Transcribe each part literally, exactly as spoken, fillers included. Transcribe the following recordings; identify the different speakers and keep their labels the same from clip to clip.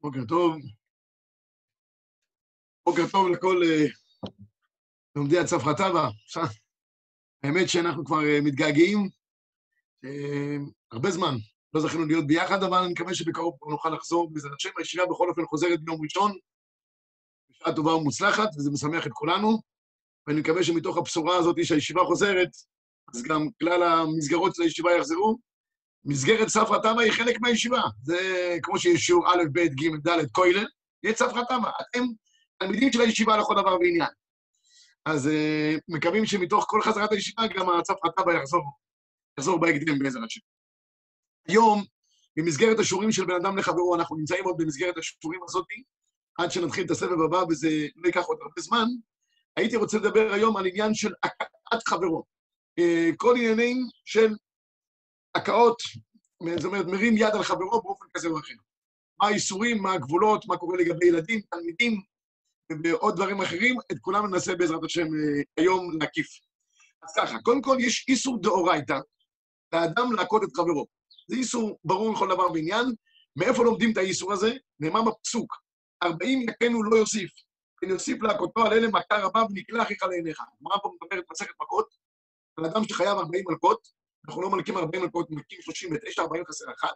Speaker 1: בוקר טוב. בוקר טוב לכל uh, לומדי הצפרא טבא. האמת שאנחנו כבר uh, מתגעגעים. Uh, הרבה זמן לא זכינו להיות ביחד, אבל אני מקווה שבקרוב נוכל לחזור. בעזרת השם, הישיבה בכל אופן חוזרת ביום ראשון, בשעה טובה ומוצלחת, וזה משמח את כולנו. ואני מקווה שמתוך הבשורה הזאת שהישיבה חוזרת, אז גם כלל המסגרות של הישיבה יחזרו. מסגרת צפרא טבא היא חלק מהישיבה. זה כמו שיש שיעור א', ב', ג', ד', כולל, יהיה צפרא טבא. אתם תלמידים של הישיבה לכל דבר ועניין. אז uh, מקווים שמתוך כל חזרת הישיבה גם הצפרא טבא יחזור, יחזור בהקדם בעזרת השם. היום, במסגרת השיעורים של בן אדם לחברו, אנחנו נמצאים עוד במסגרת השיעורים הזאת, עד שנתחיל את הסבב הבא, וזה לא ייקח עוד הרבה זמן. הייתי רוצה לדבר היום על עניין של הכאת חברו. Uh, כל עניינים של הכאות, זאת אומרת, מרים יד על חברו באופן כזה או אחר. מה האיסורים, מה הגבולות, מה קורה לגבי ילדים, תלמידים, ועוד דברים אחרים, את כולם ננסה בעזרת השם היום להקיף. אז ככה, קודם כל יש איסור דאורייתא, לאדם להכות את חברו. זה איסור ברור לכל דבר בעניין. מאיפה לומדים את האיסור הזה? נאמר בפסוק, ארבעים יכנו לא יוסיף, כן יוסיף להכותו על אלה מכה רבה ונקלה אחיך לעיניך. הגמרא פה מדברת מסכת מכות, על אדם שחייב ארבעים מלכות, אנחנו לא מלכים ארבעים מלכות, מלכים שלושים ותשע, ארבעים חסר אחת.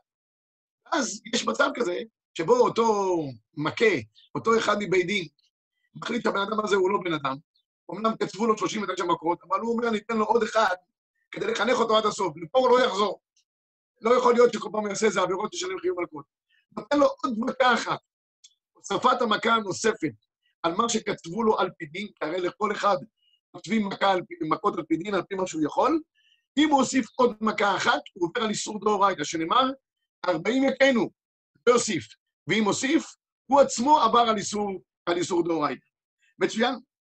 Speaker 1: אז יש מצב כזה, שבו אותו מכה, אותו אחד מבית דין, מחליט שהבן אדם הזה הוא לא בן אדם, אמנם כתבו לו שלושים ותשע מכות, אבל הוא אומר, ניתן לו עוד אחד, כדי לחנך אותו עד הסוף, לפה הוא לא יחזור. לא יכול להיות שכל פעם יעשה איזה עבירות ששלם חיוב מלכות. נותן לו עוד מכה אחת. הוספת המכה הנוספת, על מה שכתבו לו על פי דין, כי הרי לכל אחד כותבים מכה על, מכות על פי דין, על פי מה שהוא יכול, אם הוא הוסיף עוד מכה אחת, הוא עובר על איסור דאורייתא, שנאמר, ארבעים יכנו, לא יוסיף. ואם הוסיף, הוא עצמו עבר על איסור, על איסור דאורייתא. מצוין.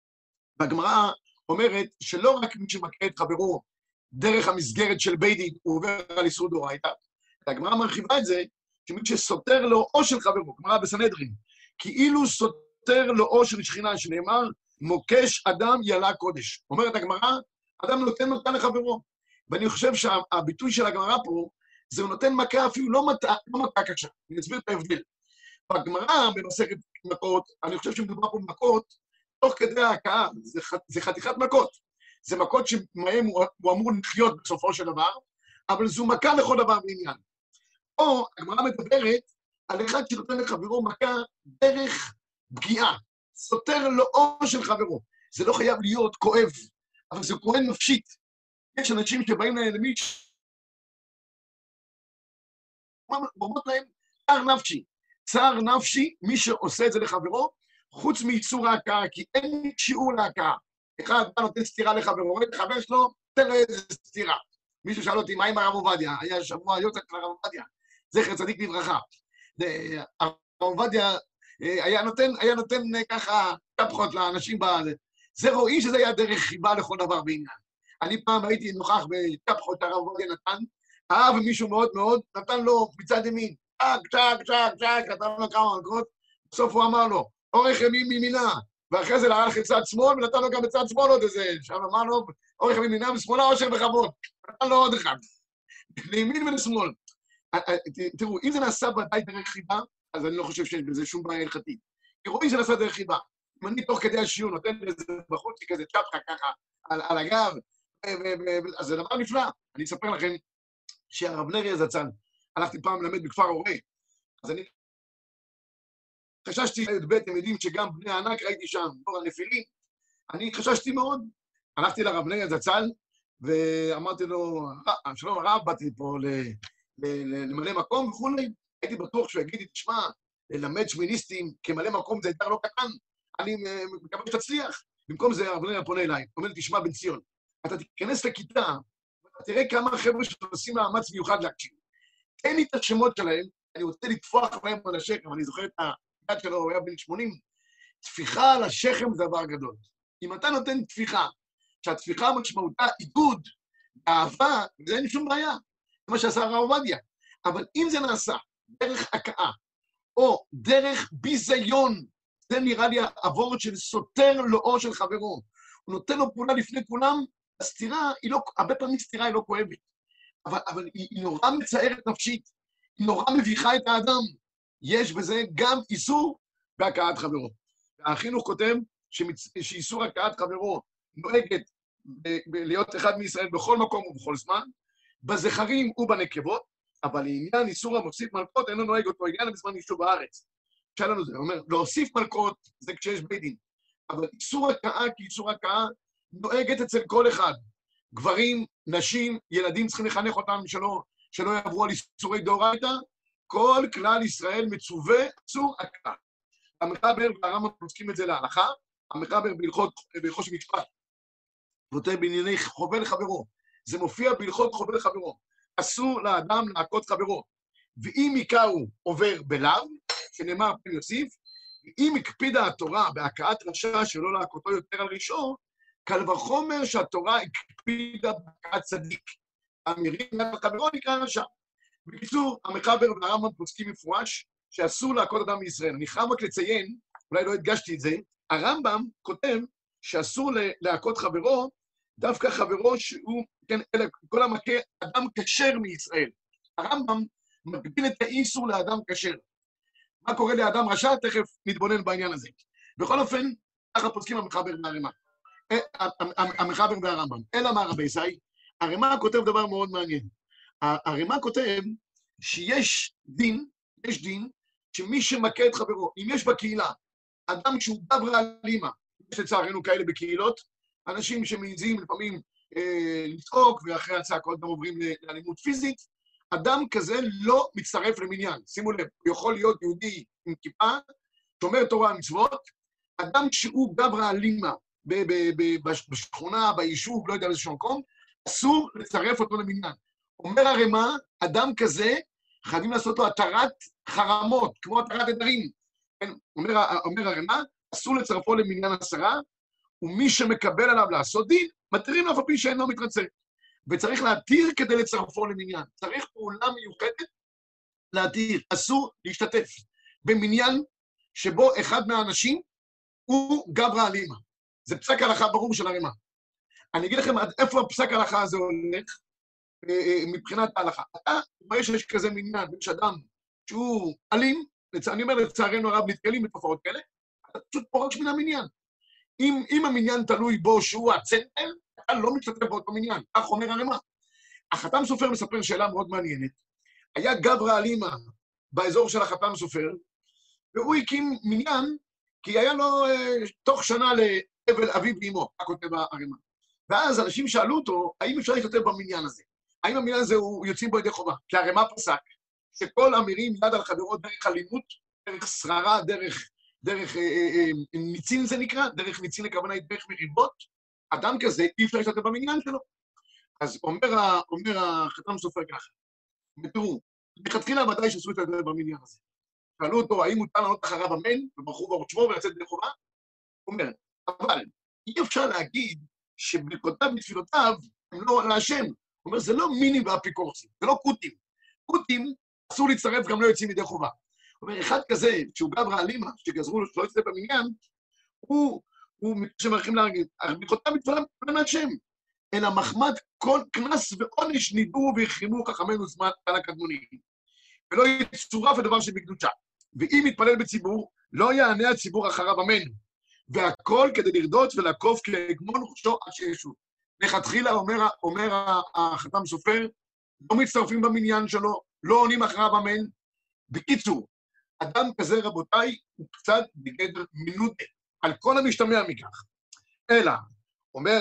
Speaker 1: והגמרא אומרת שלא רק מי שמכה את חברו דרך המסגרת של בית דין, הוא עובר על איסור דאורייתא. הגמרא מרחיבה את זה, שמי שסותר לו או של חברו, גמרא בסנהדרין, כאילו סותר לו או של שכינה, שנאמר, מוקש אדם יעלה קודש. אומרת הגמרא, אדם נותן מכה לחברו. ואני חושב שהביטוי של הגמרא פה, זה הוא נותן מכה אפילו לא מכה, לא מכה קשה. אני אסביר את ההבדל. בגמרא, במסכת מכות, אני חושב שמדובר פה במכות, תוך כדי ההכאה, זה, זה חתיכת מכות. זה מכות שמהם הוא, הוא אמור לחיות בסופו של דבר, אבל זו מכה לכל דבר בעניין. או הגמרא מדברת על אחד שנותן לחברו מכה דרך פגיעה, סותר לאור של חברו. זה לא חייב להיות כואב, אבל זה כואב נפשית. יש אנשים שבאים להם למי אומרות להם, צער נפשי. צער נפשי, מי שעושה את זה לחברו, חוץ מייצור ההכאה, כי אין שיעור להכאה. אחד בא נותן סתירה לחברו, רואה את החבר שלו, תן לו איזה סתירה. מישהו שאל אותי, מה עם הרב עובדיה? היה שבוע יוצא של הרב עובדיה, זכר צדיק לברכה. הרב עובדיה היה נותן, היה נותן ככה קפחות לאנשים בזה. זה רואים שזה היה דרך חיבה לכל דבר בעניין. אני פעם הייתי נוכח בקפחות שהרב עובדיה נתן, אהב מישהו מאוד מאוד, נתן לו מצד ימין, צ'ק, צ'ק, צ'ק, צ'ק, נתן לו כמה מלכות, בסוף הוא אמר לו, אורך ימין מימינה, ואחרי זה להלך לצד שמאל, ונתן לו גם בצד שמאל עוד איזה, שם אמר לו, אורך ימין מימינה, ושמאלה עושר וכבוד, נתן לו עוד אחד, לימין ולשמאל. תראו, אם זה נעשה ודאי דרך חיבה, אז אני לא חושב שיש בזה שום בעיה הלכתית. תראו, אם זה נעשה דרך חיבה, אם אני תוך כדי השיעור נותן לזה בחוץ, כזה צ'פחה ככה, על, על הגב, אז זה דבר נפלא. אני אספר לכם שהרב נריה זצ"ל, הלכתי פעם ללמד בכפר הורה, אז אני חששתי, אתם יודעים שגם בני הענק ראיתי שם, דור הנפילים, אני חששתי מאוד. הלכתי לרב נריה זצ"ל, ואמרתי לו, שלום הרב, באתי פה למלא מקום וכולי, הייתי בטוח שהוא יגיד לי, תשמע, ללמד שמיניסטים כמלא מקום זה יותר לא קטן, אני מקווה שתצליח. במקום זה הרב נריה פונה אליי, אומר לי, תשמע בן ציון, אתה תיכנס לכיתה, תראה כמה חבר'ה שעושים מאמץ מיוחד להקשיב. תן לי את השמות שלהם, אני רוצה לטפוח להם על השכם, אני זוכר את היד שלו, הוא היה בן שמונים, תפיחה על השכם זה דבר גדול. אם אתה נותן תפיחה, שהתפיחה משמעותה עידוד, אהבה, זה אין שום בעיה, זה מה שעשה הרב עובדיה. אבל אם זה נעשה דרך הכאה, או דרך ביזיון, זה נראה לי העבורת של סותר לאור של חברו, הוא נותן לו פעולה לפני כולם, הסתירה היא לא, הרבה פעמים סתירה היא לא כואבת, אבל, אבל היא, היא נורא מצערת נפשית, היא נורא מביכה את האדם. יש בזה גם איסור בהכאת חברו. החינוך כותב שאיסור הכאת חברו נוהגת להיות אחד מישראל בכל מקום ובכל זמן, בזכרים ובנקבות, אבל לעניין איסור המוסיף מלכות אינו נוהג אותו עניין בזמן יישוב בארץ. שאל לנו זה, הוא אומר, להוסיף מלכות זה כשיש בית דין, אבל איסור הכאה כאיסור הכאה נוהגת אצל כל אחד. גברים, נשים, ילדים צריכים לחנך אותם שלא, שלא יעברו על איסורי דאורייתא, כל כלל ישראל מצווה איסור הכאה. המחבר והרמב"ם פוסקים את זה להלכה, המחבר בהלכות בהלכות משפט, כותב בענייני חובל לחברו, זה מופיע בהלכות חובל לחברו, אסור לאדם להכות חברו, ואם הכהו עובר בלאו, שנאמר פן יוסיף, אם הקפידה התורה בהכאת רשע שלא להכותו יותר על ראשו, קל וחומר שהתורה הקפידה בהכאת צדיק. אמירים על חברו נקרא רשע. בקיצור, המחבר והרמב"ם פוסקים מפורש שאסור להכות אדם מישראל. אני חייב רק לציין, אולי לא הדגשתי את זה, הרמב"ם כותב שאסור להכות חברו, דווקא חברו שהוא, כן, אלא כל המכה, אדם כשר מישראל. הרמב"ם מגביל את האיסור לאדם כשר. מה קורה לאדם רשע? תכף נתבונן בעניין הזה. בכל אופן, ככה פוסקים המחבר והרמ"א. המחבר והרמב"ם. אלא מה רבי ישי? הרמ"א כותב דבר מאוד מעניין. הרמ"א כותב שיש דין, יש דין, שמי שמכה את חברו, אם יש בקהילה, אדם שהוא דברא אלימא, יש לצערנו כאלה בקהילות, אנשים שמעיזים לפעמים אה, לצעוק, ואחרי הצעקות גם עוברים לאלימות פיזית, אדם כזה לא מצטרף למניין. שימו לב, הוא יכול להיות יהודי עם כיפה, שומר תורה ומצוות, אדם שהוא דברא אלימא בשכונה, ביישוב, לא יודע באיזשהו מקום, אסור לצרף אותו למניין. אומר הרמ"א, אדם כזה, חייבים לעשות לו התרת חרמות, כמו התרת עדרים. כן? אומר, אומר הרמ"א, אסור לצרפו למניין עשרה, ומי שמקבל עליו לעשות דין, מתירים אף על פי שאינו מתרצה. וצריך להתיר כדי לצרפו למניין. צריך פעולה מיוחדת להתיר. אסור להשתתף במניין שבו אחד מהאנשים הוא גברא אלימא. זה פסק הלכה ברור של הרמ"א. אני אגיד לכם עד איפה הפסק הלכה הזה הולך מבחינת ההלכה. אתה רואה שיש כזה מניין, יש אדם שהוא אלים, אני אומר לצערנו הרב נתקלים בתופעות כאלה, אתה פשוט פורש מן המניין. אם, אם המניין תלוי בו שהוא הצנטר, אתה לא משתתף באותו מניין, כך אומר הרמ"א. החתם סופר מספר שאלה מאוד מעניינת. היה גברא אלימא באזור של החתם סופר, והוא הקים מניין, כי היה לו אה, תוך שנה לאבל אביו ואמו, כך כותב הרמ"א. ואז אנשים שאלו אותו, האם אפשר להשתתף במניין הזה? האם המניין הזה הוא יוצאים בו ידי חובה? כי הרמ"א פסק שכל אמירים יד על חברות דרך אלימות, דרך שררה, דרך, דרך אה, אה, אה, ניצין זה נקרא, דרך ניצין הכוונה היא דרך מריבות, אדם כזה אי אפשר להשתתף במניין שלו. אז אומר, ה, אומר החתם סופר ככה, ותראו, לכתחילה ודאי שעשו את זה במניין הזה. שאלו אותו, האם מותר לענות אחריו אמן, וברכו ברוך שמו ולצאת ידי חובה? הוא אומר, אבל אי אפשר להגיד שברכותיו ותפילותיו הם לא להשם. הוא אומר, זה לא מיני ואפיקורסים, זה לא קוטים. קוטים אסור להצטרף, גם לא יוצאים ידי חובה. הוא אומר, אחד כזה, שהוא גברא אלימא, שגזרו לו שלא יצא במניין, הוא, הוא שמרחים להגיד, ברכותיו ותפילותיו הם להשם. אלא מחמד כל כנס ועונש נידו והחרימו חכמינו זמן על הקדמונים. ולא יצורף הדבר שבקדושה. ואם יתפלל בציבור, לא יענה הציבור אחריו אמן. והכל כדי לרדות ולעקוף כהגמון ראשו עד שישוב. לכתחילה אומר, אומר החתם סופר, לא מצטרפים במניין שלו, לא עונים אחריו אמן. בקיצור, אדם כזה רבותיי, הוא קצת בגדר מינוטה, על כל המשתמע מכך. אלא, אומר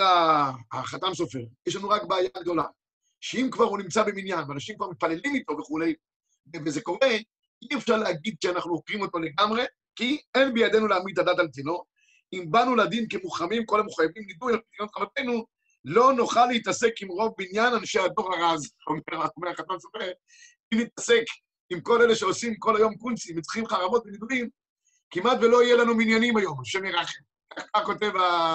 Speaker 1: החתם סופר, יש לנו רק בעיה גדולה, שאם כבר הוא נמצא במניין, ואנשים כבר מתפללים איתו וכולי, וזה קורה, אי אפשר להגיד שאנחנו עוקרים אותו לגמרי, כי אין בידינו להעמיד את הדת על דינו. אם באנו לדין כמוחמים, כל המחויבים נידו אל פתיונות חמתנו, לא נוכל להתעסק עם רוב בניין אנשי הדור הרז. אומר החתם סופר, אם נתעסק עם כל אלה שעושים כל היום קונצים, וצריכים חרמות ונידויים, כמעט ולא יהיה לנו מניינים היום, השם ירחם. ככה כותב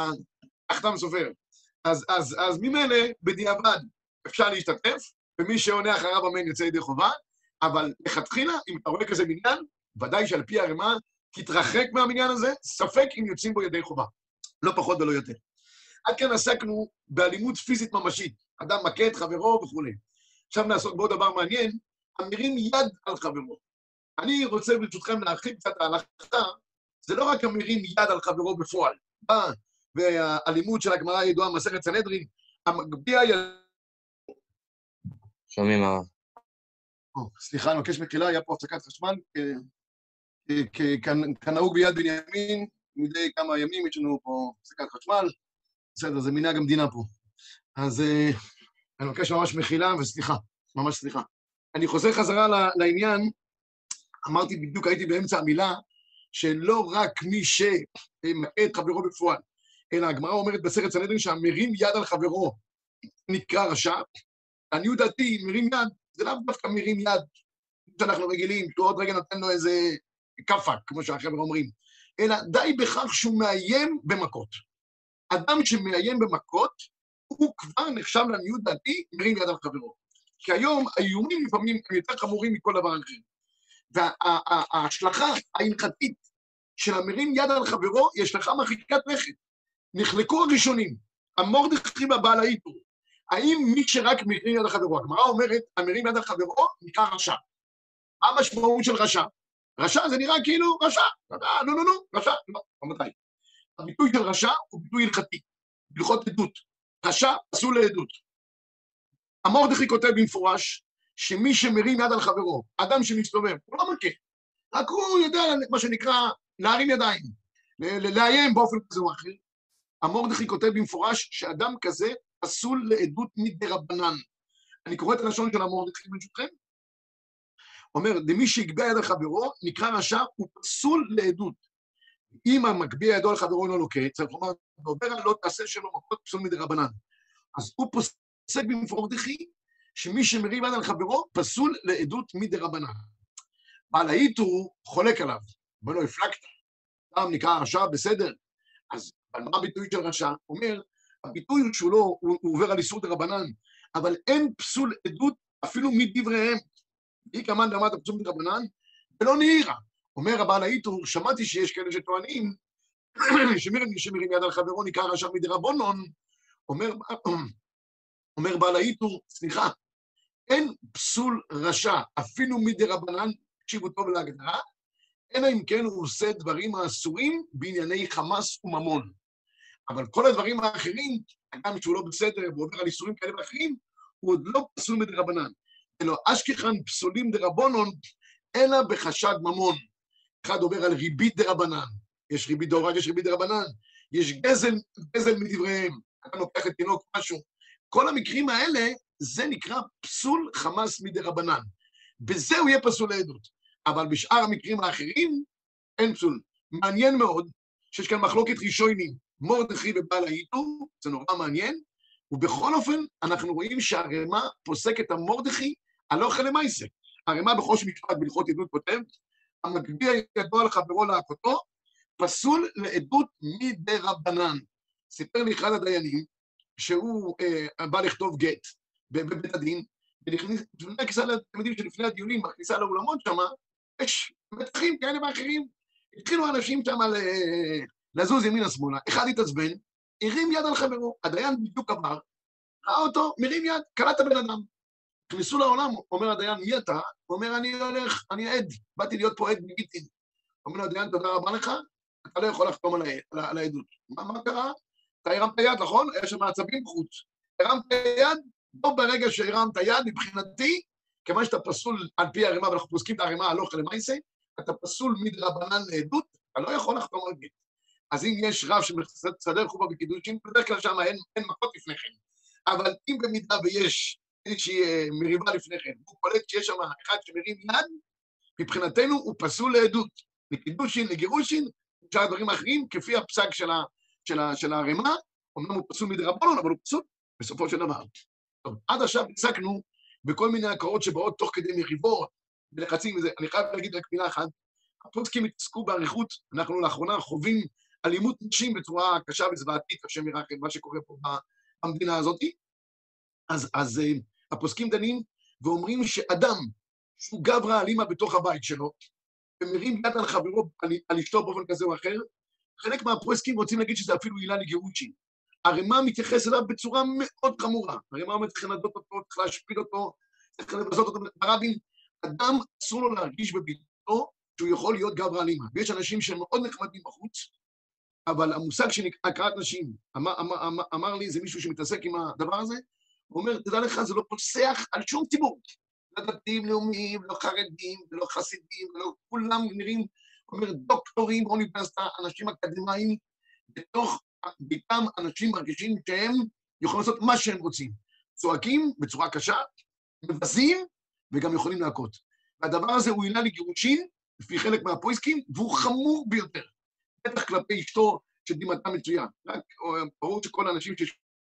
Speaker 1: החתם סופר. אז, אז, אז ממילא, בדיעבד, אפשר להשתתף, ומי שעונה אחריו אמן יוצא ידי חובה, אבל לכתחילה, אם אתה רואה כזה מניין, ודאי שעל פי הרמ"א, תתרחק מהמניין הזה, ספק אם יוצאים בו ידי חובה. לא פחות ולא יותר. עד כאן עסקנו באלימות פיזית ממשית, אדם מכה את חברו וכו'. עכשיו נעסוק בעוד דבר מעניין, אמירים יד על חברו. אני רוצה ברשותכם להרחיב קצת ההלכה, זה לא רק המרים יד על חברו בפועל. בא, והלימוד של הגמרא הידועה, מסכת סנהדרין, המגביה יד...
Speaker 2: שומעים הרב.
Speaker 1: סליחה, אני מבקש מחילה, היה פה הפסקת חשמל, כנהוג ביד בנימין, מדי כמה ימים יש לנו פה הפסקת חשמל, בסדר, זה מנהג המדינה פה. אז אני מבקש ממש מחילה וסליחה, ממש סליחה. אני חוזר חזרה לעניין, אמרתי בדיוק, הייתי באמצע המילה, שלא רק מי שמכה את חברו בפועל, אלא הגמרא אומרת בסרט סנהדרין שהמרים יד על חברו נקרא רשע, לעניות דעתי, מרים יד, זה לאו דווקא מרים יד, שאנחנו רגילים, שהוא עוד רגע נותן לו איזה כפה, כמו שהחבר'ה אומרים, אלא די בכך שהוא מאיים במכות. אדם שמאיים במכות, הוא כבר נחשב לעניות דעתי, מרים יד על חברו. כי היום האיומים לפעמים הם יותר חמורים מכל דבר אחר. וההשלכה ההלכתית של המרים יד על חברו, יש לך מרחיקת לכת. נחלקו הראשונים, המרדכי והבעל האיתור. האם מי שרק מרים יד על חברו, הגמרא אומרת, המרים יד על חברו נקרא רשע. מה המשמעות של רשע? רשע זה נראה כאילו רשע. לא, לא, לא, לא, רשע, לא, רבותיי. הביטוי של רשע הוא ביטוי הלכתי, בהלכות עדות. רשע פסול לעדות. המרדכי כותב במפורש, שמי שמרים יד על חברו, אדם שמסתובב, הוא לא מכה, רק הוא יודע מה שנקרא להרים ידיים, לאיים באופן כזה או אחר. המרדכי כותב במפורש שאדם כזה פסול לעדות מדרבנן. אני קורא את הלשון של המרדכי ברשותכם. אומר, למי שיגביה יד על חברו, נקרא רשע, הוא פסול לעדות. אם המגביה ידו על חברו לא לוקה, צריך לומר, ועובר על לא תעשה שלו מכות פסול מדרבנן. אז הוא פוסק במפורדכי, שמי שמרים יד על חברו, פסול לעדות מדרבנן. בעל האיתור חולק עליו, אומר לו, הפלגת, אדם נקרא רשע, בסדר. אז מה הביטוי של רשע? אומר, הביטוי הוא שהוא לא, הוא, הוא עובר על איסור דרבנן, אבל אין פסול עדות אפילו מדבריהם. היא כמובן דמת הפסול מדרבנן, ולא נהירה. אומר הבעל האיתור, שמעתי שיש כאלה שטוענים, שמי שמרים יד על חברו נקרא רשע מדרבנן, אומר, אומר בעל האיתור, סליחה, אין פסול רשע, אפילו מדרבנן, תקשיבו טוב להגדרה, אלא אם כן הוא עושה דברים האסורים בענייני חמאס וממון. אבל כל הדברים האחרים, גם שהוא לא בסדר ועובר על איסורים כאלה ואחרים, הוא עוד לא פסול מדרבנן. אלא אשכחן פסולים דרבנן, אלא בחשד ממון. אחד אומר על ריבית דרבנן, יש ריבית דאורייתא, יש ריבית דרבנן, יש גזל, גזל מדבריהם, אתה לוקח את תינוק משהו. כל המקרים האלה, זה נקרא פסול חמאס מדרבנן. בזה הוא יהיה פסול לעדות. אבל בשאר המקרים האחרים, אין פסול. מעניין מאוד שיש כאן מחלוקת ראשונים, מרדכי ובעל האיתור, זה נורא מעניין, ובכל אופן אנחנו רואים שהרמ"א פוסק את המרדכי הלכה למעשה. הרמ"א בכל משפט בהלכות עדות כותב, המגביה ידו על חברו להכותו, פסול לעדות מדרבנן. סיפר לי אחד הדיינים, שהוא אה, בא לכתוב גט בבית הדין, ונכניס, אתם יודעים שלפני הדיונים, בכניסה לאולמות שם, יש מתחים כאלה ואחרים. התחילו אנשים שם לזוז ימינה שמאלה, אחד התעצבן, הרים יד על חברו, הדיין בדיוק עבר, ראה אותו, מרים יד, קלט הבן אדם. נכנסו לעולם, אומר הדיין, מי אתה? הוא אומר, אני הולך, אני עד, באתי להיות פה עד בגיטין. אומר הדיין, תודה רבה לך, אתה לא יכול לחתום על, על, על העדות. מה, מה קרה? אתה הרמת יד, נכון? היה שם מעצבים בחוץ. הרמת יד, לא ברגע שהרמת יד, מבחינתי, כיוון שאתה פסול על פי הרמה, ואנחנו פוסקים את הרמה הלוך למעשה, אתה פסול מדרבנן לעדות, אתה לא יכול לחתום על גט. אז אם יש רב שמסדר חופה בקידושין, בדרך כלל שם אין, אין מכות לפני כן. אבל אם במידה ויש איזושהי מריבה לפני כן, הוא קולט שיש שם אחד שמרים יד, מבחינתנו הוא פסול לעדות. לקידושין, לגירושין, ושאר הדברים האחרים, כפי הפסק של, ה, של, ה, של הרמה, אומנם הוא פסול מדרבנן, אבל הוא פסול בסופו של דבר. טוב, עד עכשיו עסקנו בכל מיני הקראות שבאות תוך כדי מריבות, ולחצים וזה. אני חייב להגיד רק מילה אחת, הפוסקים התעסקו באריכות, אנחנו לאחרונה חווים אלימות נשים בצורה קשה וזוועתית, השם ירחם, מה שקורה פה במדינה הזאת. אז, אז uh, הפוסקים דנים ואומרים שאדם שהוא גברא אלימה בתוך הבית שלו, ומרים יד על חברו על, על אשתו באופן כזה או אחר, חלק מהפוסקים רוצים להגיד שזה אפילו עילה לגירושין. הרמ"א מתייחס אליו בצורה מאוד חמורה. הרמ"א אומר, צריך לנדות אותו, צריך להשפיל אותו, צריך לבזות אותו ברבים. אדם אסור לו להרגיש בביתו אותו שהוא יכול להיות גב רעלימה. ויש אנשים שהם מאוד נחמדים בחוץ, אבל המושג שנקרא הכרת נשים, אמר, אמר, אמר, אמר לי, זה מישהו שמתעסק עם הדבר הזה, הוא אומר, תדע לך, זה לא פוסח על שום ציבור. לא דתיים לאומיים, לא חרדים, לא חסידים, לא כולם נראים, הוא אומר, דוקטורים באוניברסיטה, אנשים אקדמיים, בתוך ביתם אנשים מרגישים שהם יכולים לעשות מה שהם רוצים. צועקים בצורה קשה, מבזים, וגם יכולים להכות. והדבר הזה הוא עילה לגירושין, לפי חלק מהפויסקים, והוא חמור ביותר. בטח כלפי אשתו שדמעתה מצויה. רק ברור שכל האנשים שיושבים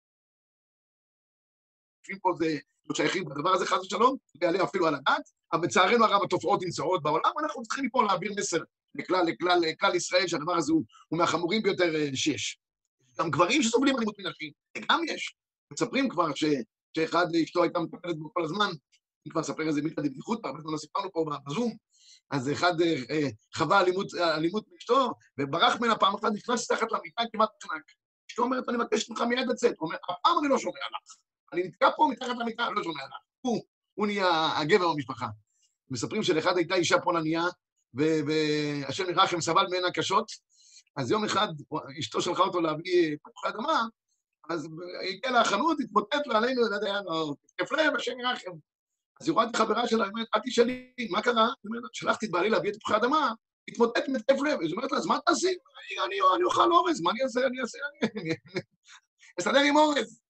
Speaker 1: פה זה לא שייכים בדבר הזה, חס ושלום, ויעלה אפילו על הדעת, אבל לצערנו הרב התופעות נמצאות בעולם, ואנחנו צריכים מפה להעביר מסר לכלל, לכלל, לכלל ישראל, שהדבר הזה הוא, הוא מהחמורים ביותר שיש. גם גברים שסובלים אלימות מנשים, גם יש. מספרים כבר ש, שאחד אשתו הייתה מטפלת בו כל הזמן, אני כבר אספר איזה מיטה דבדיחות, הרבה זמן לא סיפרנו פה בזום, אז אחד אה, חווה אלימות, אלימות מאשתו, וברח ממנה פעם אחת, נכנס תחת למיטה כמעט נחנק. אשתו אומרת, אני מבקשת ממך מיד לצאת. הוא אומר, אף פעם אני לא שומע לך. אני נתקע פה מתחת למיטה, אני לא שומע לך. הוא, הוא נהיה הגבר במשפחה. מספרים שלאחד הייתה אישה פולניה, והשם ירחם סבל ממנה קשות, אז יום אחד אשתו שלחה אותו להביא תפוחי אדמה, אז הגיע לחנות, התמוטט לה עלינו, לא יודע, התקף לב, השם ירחם. אז היא רואה את החברה שלה, היא אומרת, אל תשאלי, מה קרה? היא אומרת, שלחתי את בעלי להביא את תפוחי אדמה, התמוטט מתקף לב. היא אומרת לה, אז מה תעשי? אני אוכל אורז, מה אני אעשה? אני אעשה, אני אסתדר עם אורז.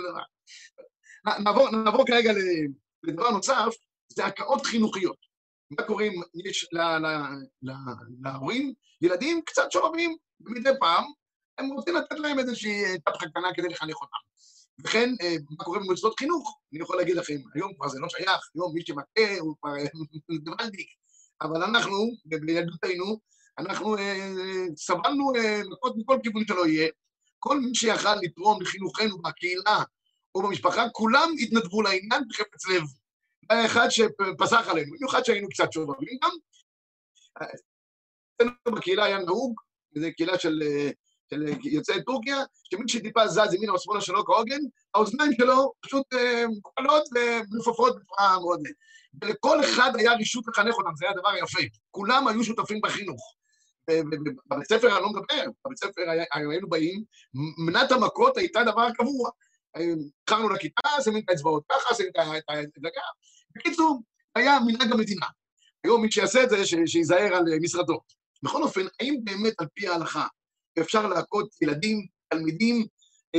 Speaker 1: נעבור כרגע לדבר נוסף, זה הקאות חינוכיות. מה קוראים, יש להורים, ילדים קצת שובבים, ומדי פעם, הם רוצים לתת להם איזושהי תפחה קטנה כדי לחנך אותם. וכן, מה קורה במוסדות חינוך? אני יכול להגיד לכם, היום כבר זה לא שייך, היום מי שמכה הוא כבר דוולדיק, אבל אנחנו, בילדותנו, אנחנו סבלנו מכות מכל כיוון שלא יהיה, כל מי שיכל לתרום לחינוכנו בקהילה או במשפחה, כולם התנדבו לעניין בחפץ לב. היה אחד שפסח עלינו, במיוחד שהיינו קצת שובבים גם. בקהילה היה נהוג, וזו קהילה של... של יוצאי טורקיה, שמי שטיפה זז ימינה או שמאלה שלו כהוגן, האוזניים שלו פשוט מוקלות ומנופפות בפרעה מאוד. ולכל אחד היה רישות לחנך אותם, זה היה דבר יפה. כולם היו שותפים בחינוך. בבית ספר אני לא מדבר, בבית ספר היינו באים, מנת המכות הייתה דבר קבוע. התחלנו לכיתה, שמים את האצבעות ככה, שמים את הדגה. בקיצור, היה מנהג המדינה. היום מי שיעשה את זה, שיזהר על משרדו. בכל אופן, האם באמת על פי ההלכה, אפשר להכות ילדים, תלמידים,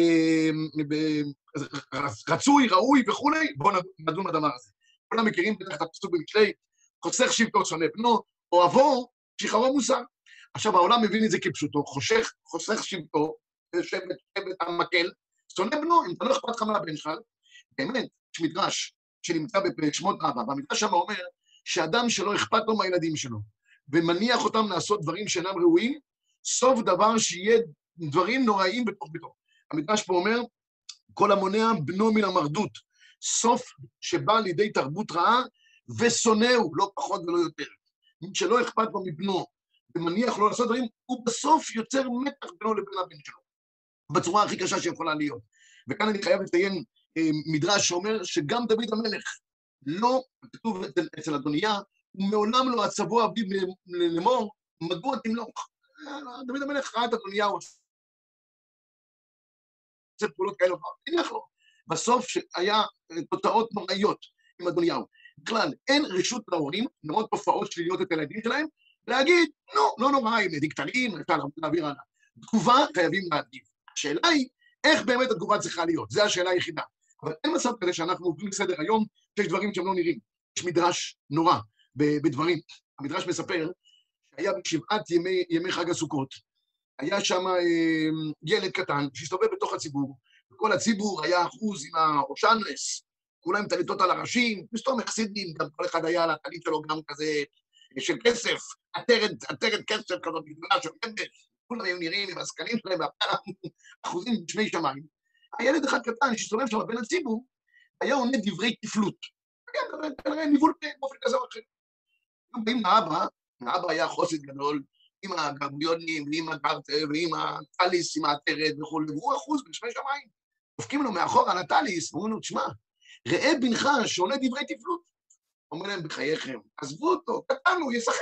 Speaker 1: רצוי, ראוי וכולי, בואו נדון בדבר הזה. כולם מכירים בטח את הפסוק במשלי, חוסך שבטו שונא בנו, אוהבו, שחררו מוסר. עכשיו העולם מבין את זה כפשוטו, חושך, חוסך שבטו, שבט, שבט המקל, שונא בנו, אם אתה לא אכפת לך מהבן שלך, באמת, יש מדרש שנמצא בשמות רבה, והמדרש שם אומר שאדם שלא אכפת לו מהילדים שלו, ומניח אותם לעשות דברים שאינם ראויים, סוף דבר שיהיה דברים נוראים בתוך ביתו. המדרש פה אומר, כל המונע בנו מן המרדות, סוף שבא לידי תרבות רעה, ושונאו, לא פחות ולא יותר. מי שלא אכפת לו מבנו, ומניח לו לעשות דברים, הוא בסוף יוצר מתח בינו לבין הבן שלו, בצורה הכי קשה שיכולה להיות. וכאן אני חייב לציין אה, מדרש שאומר שגם דוד המלך, לא, כתוב אצל, אצל אדוניה, הוא מעולם לא עצבו אביו לאמור, מדוע תמלוך? דוד המלך ראה את אדוניהו, עושה פעולות כאלה, תניח לו. בסוף שהיה תוצאות נוראיות עם אדוניהו. בכלל, אין רשות להורים, למרות תופעות שליליות את הילדים שלהם, להגיד, נו, לא נורא, עם ילדים קטנים, אפשר להעביר הלאה. תגובה חייבים להגיב. השאלה היא, איך באמת התגובה צריכה להיות? זו השאלה היחידה. אבל אין מצב כזה שאנחנו עוברים לסדר היום, שיש דברים שהם לא נראים. יש מדרש נורא בדברים. המדרש מספר, היה בשבעת ימי, ימי חג הסוכות, היה שם אה, ילד קטן שהסתובב בתוך הציבור, וכל הציבור היה אחוז עם האושנס, כולם טליתות על הראשים, מסתום החסידים, גם כל אחד היה על הטלית שלו גם כזה של כסף, עטרת, עטרת כסף כזאת גדולה של קמש, כולם היו נראים עם הזקנים שלהם, אחוזים בשמי שמיים. הילד אחד קטן שהסתובב שם בין הציבור, היה עונה דברי תפלות. היה כנראה ניבול באופן כזה או אחר. גם באים לאבא, האבא היה חוסד גדול, עם הגרביונים, ועם הגרטה, ועם הטליס, עם העטרת וכו', והוא אחוז בשמי שמיים. דופקים לו מאחור על הטליס, ואומרים לו, תשמע, ראה בנך שעונה דברי תפלות. אומר להם, בחייכם, עזבו אותו, קטן הוא, ישחק.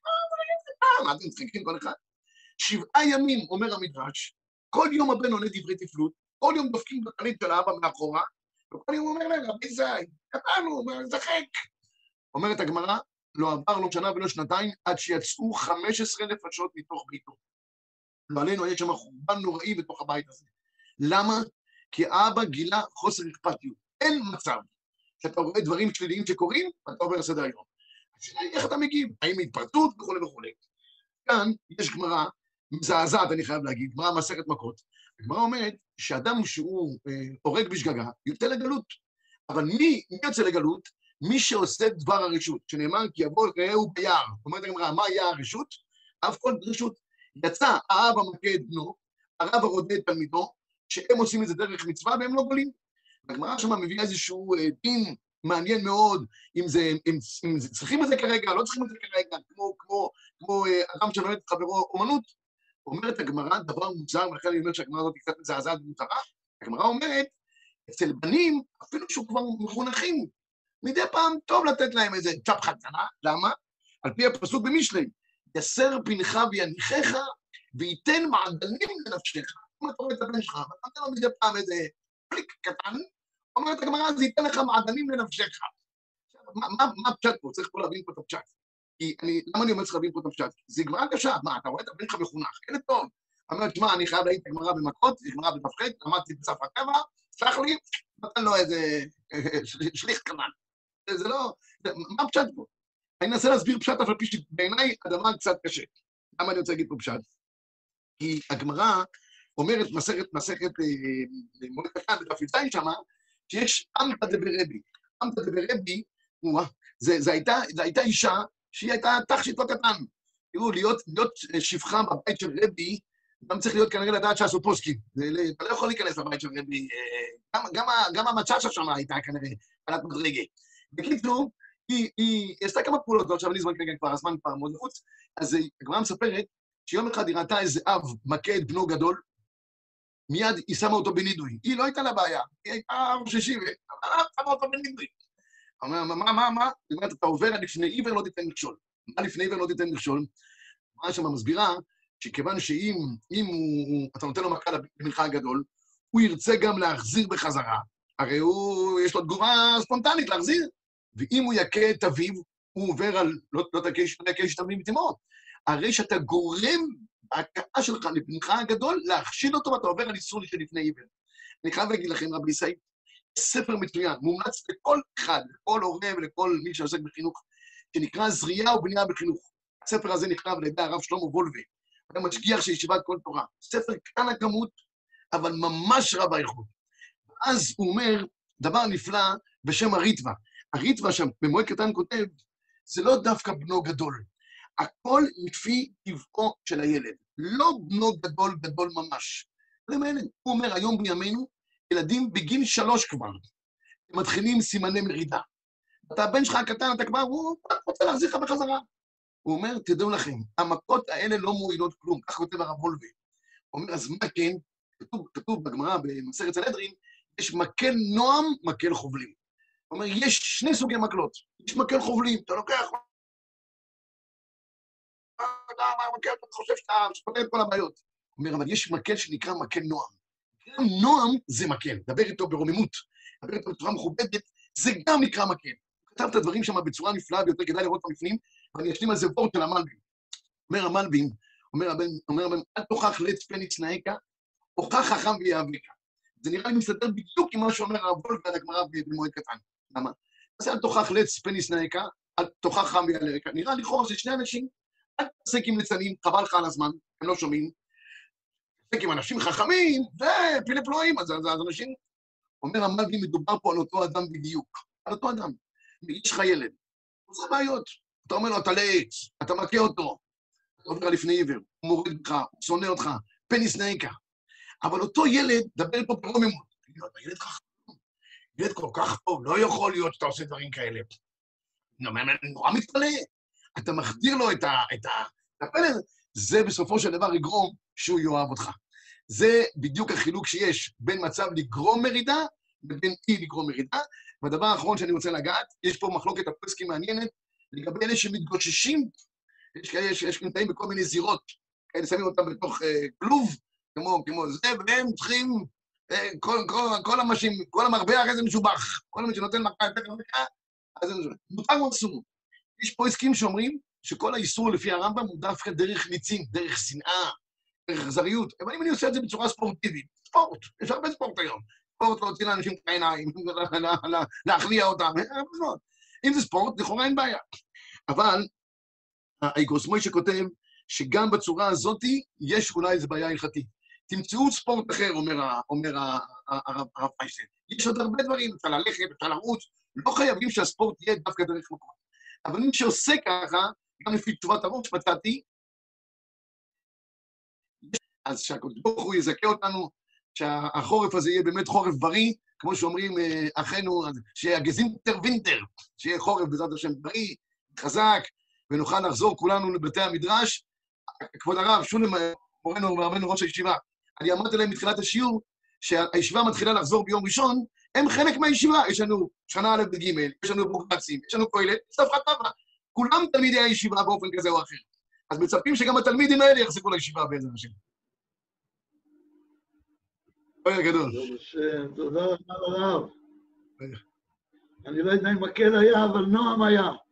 Speaker 1: אה, מה אתם משחקים כל אחד? שבעה ימים, אומר המדרש, כל יום הבן עונה דברי תפלות, כל יום דופקים בטלית של האבא מאחורה, וכל יום הוא אומר להם, רבי זי, קטן הוא, משחק. אומרת הגמרא, לא עבר לא שנה ולא שנתיים, עד שיצאו חמש עשרה נפשות מתוך ביתו. לא עלינו, יש שם חורבן נוראי בתוך הבית הזה. למה? כי האבא גילה חוסר אכפתיות. אין מצב שאתה רואה דברים שליליים שקורים, ואתה עובר לסדר היום. השאלה היא איך אתה מגיב, האם התפרטות וכו' וכו'. כאן יש גמרא מזעזעת, אני חייב להגיד, גמרא מסכת מכות. הגמרא אומרת שאדם שהוא אה, הורג בשגגה, יוצא לגלות. אבל מי, מי יוצא לגלות? מי שעושה דבר הרשות, שנאמר כי יבוא רעהו ביער. אומרת הגמרא, מה היה הרשות? אף כל רשות. יצא האבא מכה את בנו, הרב הרודה את תלמידו, שהם עושים את זה דרך מצווה והם לא גולים. הגמרא שם מביאה איזשהו אה, דין מעניין מאוד, אם זה, אם, אם זה צריכים את זה כרגע, לא צריכים את זה כרגע, כמו, כמו, כמו אה, אדם שבאמת חברו אומנות. אומרת הגמרא דבר מוזר, ולכן אני אומר שהגמרא הזאת קצת מזעזעת ומוזרה. הגמרא אומרת, אצל בנים, אפילו שהוא כבר מחונכים, מדי פעם טוב לתת להם איזה צ'פחה קטנה, למה? על פי הפסוק במשלי, יסר פנך ויניחך, וייתן מעדנים לנפשך. אם אתה רואה את הבן שלך, ואתה נותן לו מדי פעם איזה פליק קטן, אומרת הגמרא, זה ייתן לך מעדנים לנפשך. מה, מה, מה הפשט פה? צריך פה להבין פה את הפשט. כי אני, למה אני אומר צריך להבין פה את הפשט? זה גמרא קשה, מה, אתה רואה את הבן שלך מחונך, אין טוב. אומרת, שמע, אני חייב להגיד את הגמרא במכות, זה גמרא בתפחית, למדתי בספר הטבע, סלח לי, נתן לו איזה שליח קטן. זה לא, מה הפשט פה? אני אנסה להסביר פשט, אבל פי שבעיניי הדבר קצת קשה. למה אני רוצה להגיד פה פשט? כי הגמרא אומרת, מסכת, מסכת, מועד קטן, בדף י"ז שמה, שיש עמתא דברבי. עמתא דברבי, זה הייתה אישה שהיא הייתה תכשיט לא קטן. תראו, להיות שפחה בבית של רבי, גם צריך להיות כנראה לדעת שעשו פוסקים. אתה לא יכול להיכנס לבית של רבי, גם המצ'צ'ה שמה הייתה כנראה, עלת מדרגה. בקיצור, היא עשתה כמה פעולות, ועכשיו אני זמן כרגע כבר, הזמן כבר מאוד לחוץ, אז הגמרא מספרת שיום אחד היא ראתה איזה אב מכה את בנו גדול, מיד היא שמה אותו בנידוי. היא לא הייתה לה בעיה, היא הייתה רוששי, אבל שמה אותו בנידוי. אומר, מה, מה, מה? היא אומרת, אתה עובר לפני עיוור לא תיתן מכשול. מה לפני עיוור לא תיתן מכשול? מה שמה מסבירה, שכיוון שאם אם הוא, אתה נותן לו מכה למלכה הגדול, הוא ירצה גם להחזיר בחזרה. הרי הוא, יש לו תגובה ספונטנית להחזיר. ואם הוא יכה את אביו, הוא עובר על, לא, לא תכה שתמים ותימות. הרי שאתה גורם בהכאה שלך לבנך הגדול, להכשיל אותו ואתה עובר על איסור שלפני עיוור. אני חייב להגיד לכם, רבי ישראל, ספר מצוין, מומלץ לכל אחד, לכל הורה ולכל מי שעוסק בחינוך, שנקרא זריעה ובנייה בחינוך. הספר הזה נכתב על ידי הרב שלמה וולבה, היה משגיח של ישיבת כל תורה. ספר קטן הכמות, אבל ממש רב האיכות. אז הוא אומר דבר נפלא בשם הריטב"א. הריטב"א שם, במועד קטן כותב, זה לא דווקא בנו גדול. הכל לפי טבעו של הילד. לא בנו גדול גדול ממש. הוא אומר, היום בימינו, ילדים בגיל שלוש כבר, הם מתחילים סימני מרידה. אתה הבן שלך הקטן, אתה כבר, הוא רוצה להחזיר לך בחזרה. הוא אומר, תדעו לכם, המכות האלה לא מועילות כלום, כך כותב הרב וולבה. הוא אומר, אז מה כן? כתוב, כתוב בגמרא, במסכת סנהדרין, יש מקל נועם, מקל חובלים. הוא אומר, יש שני סוגי מקלות. יש מקל חובלים, אתה לוקח... אתה מקל, אתה חושב שאתה שפותר את כל הבעיות. הוא אומר, אבל יש מקל שנקרא מקל נועם. נועם זה מקל, דבר איתו ברוממות, דבר איתו בצורה מכובדת, זה גם נקרא מקל. הוא כתב את הדברים שם בצורה נפלאה ביותר, כדאי לראות אותם לפנים, ואני אשלים על זה וורט של המלבים. אומר המלבים, אומר הבן, אומר הבן, אל תוכח לץ פניץ נאיקה, הוכח חכם ויאבקה. זה נראה לי מסתדר בדיוק עם מה שאומר הרב וולף ועד הגמרא במועד קטן. למה? אז אל תוכח לץ פניץ נאיקה, אל תוכח חכם ויאבקה. נראה לי חור של שני אנשים, אל תעסק עם ליצנים, חבל לך על הזמן, הם לא שומעים. תעסק עם אנשים חכמים, ופילי פלואים, אז אנשים... אומר המלבים, מדובר פה על אותו אדם בדיוק, על אותו אדם. יש לך ילד, הוא עושה בעיות. אתה אומר לו, אתה לעץ, אתה מכה אותו, אתה עובר לפני עיוור, הוא מוריד לך, הוא שונא אותך, פניס נאיקה. אבל אותו ילד, דבר פה ברוממות. ילד חכם, ילד כל כך טוב, לא יכול להיות שאתה עושה דברים כאלה. נורא מתפלא. אתה מחדיר לו את ה... זה בסופו של דבר יגרום שהוא יאהב אותך. זה בדיוק החילוק שיש בין מצב לגרום מרידה לבין אי לגרום ירידה. והדבר האחרון שאני רוצה לגעת, יש פה מחלוקת הפוסקים מעניינת, לגבי אלה שמתגוששים, יש כאלה שיש נמצאים בכל מיני זירות, כאלה שמים אותם בתוך אה, כלוב, כמו, כמו זה, והם צריכים, אה, כל, כל, כל, המשים, כל המרבה אחרי זה משובח, כל מי שנותן מכה יותר מכה, אז זה מותר או אסור. יש פה עסקים שאומרים שכל האיסור לפי הרמב"ם הוא דווקא דרך ניצים, דרך שנאה, דרך אכזריות, אבל אם אני עושה את זה בצורה ספורטיבית, ספורט, יש הרבה ספורט היום, ספורט להוציא לאנשים את העיניים, להכניע אותם, אם זה ספורט, לכאורה אין בעיה. אבל האיגרוס מוישה כותב שגם בצורה הזאת יש אולי איזו בעיה הלכתית. תמצאו ספורט אחר, אומר הרב פיינשטיין. יש עוד הרבה דברים, אפשר ללכת, אפשר לרוץ, לא חייבים שהספורט יהיה דווקא דרך מקום. אבל מי שעושה ככה, גם לפי תשובת הראש, מצאתי, אז שהקדוש ברוך הוא יזכה אותנו, שהחורף הזה יהיה באמת חורף בריא, כמו שאומרים אחינו, שהגזינטר וינטר, שיהיה חורף בעזרת השם בריא, חזק, ונוכל לחזור כולנו לבתי המדרש. כבוד הרב, שולם מורנו ורבנו ראש הישיבה, אני אמרתי להם מתחילת השיעור, שהישיבה מתחילה לחזור ביום ראשון, הם חלק מהישיבה, יש לנו שנה א' בג', יש לנו בוגרצים, יש לנו כהלת, ספרת טבע, כולם תלמידי הישיבה באופן כזה או אחר. אז מצפים שגם התלמידים האלה יחזקו לישיבה בעזרת השם. אוי גדול.
Speaker 2: תודה רבה לרב. אני לא יודע אם מקל היה, אבל נועם היה.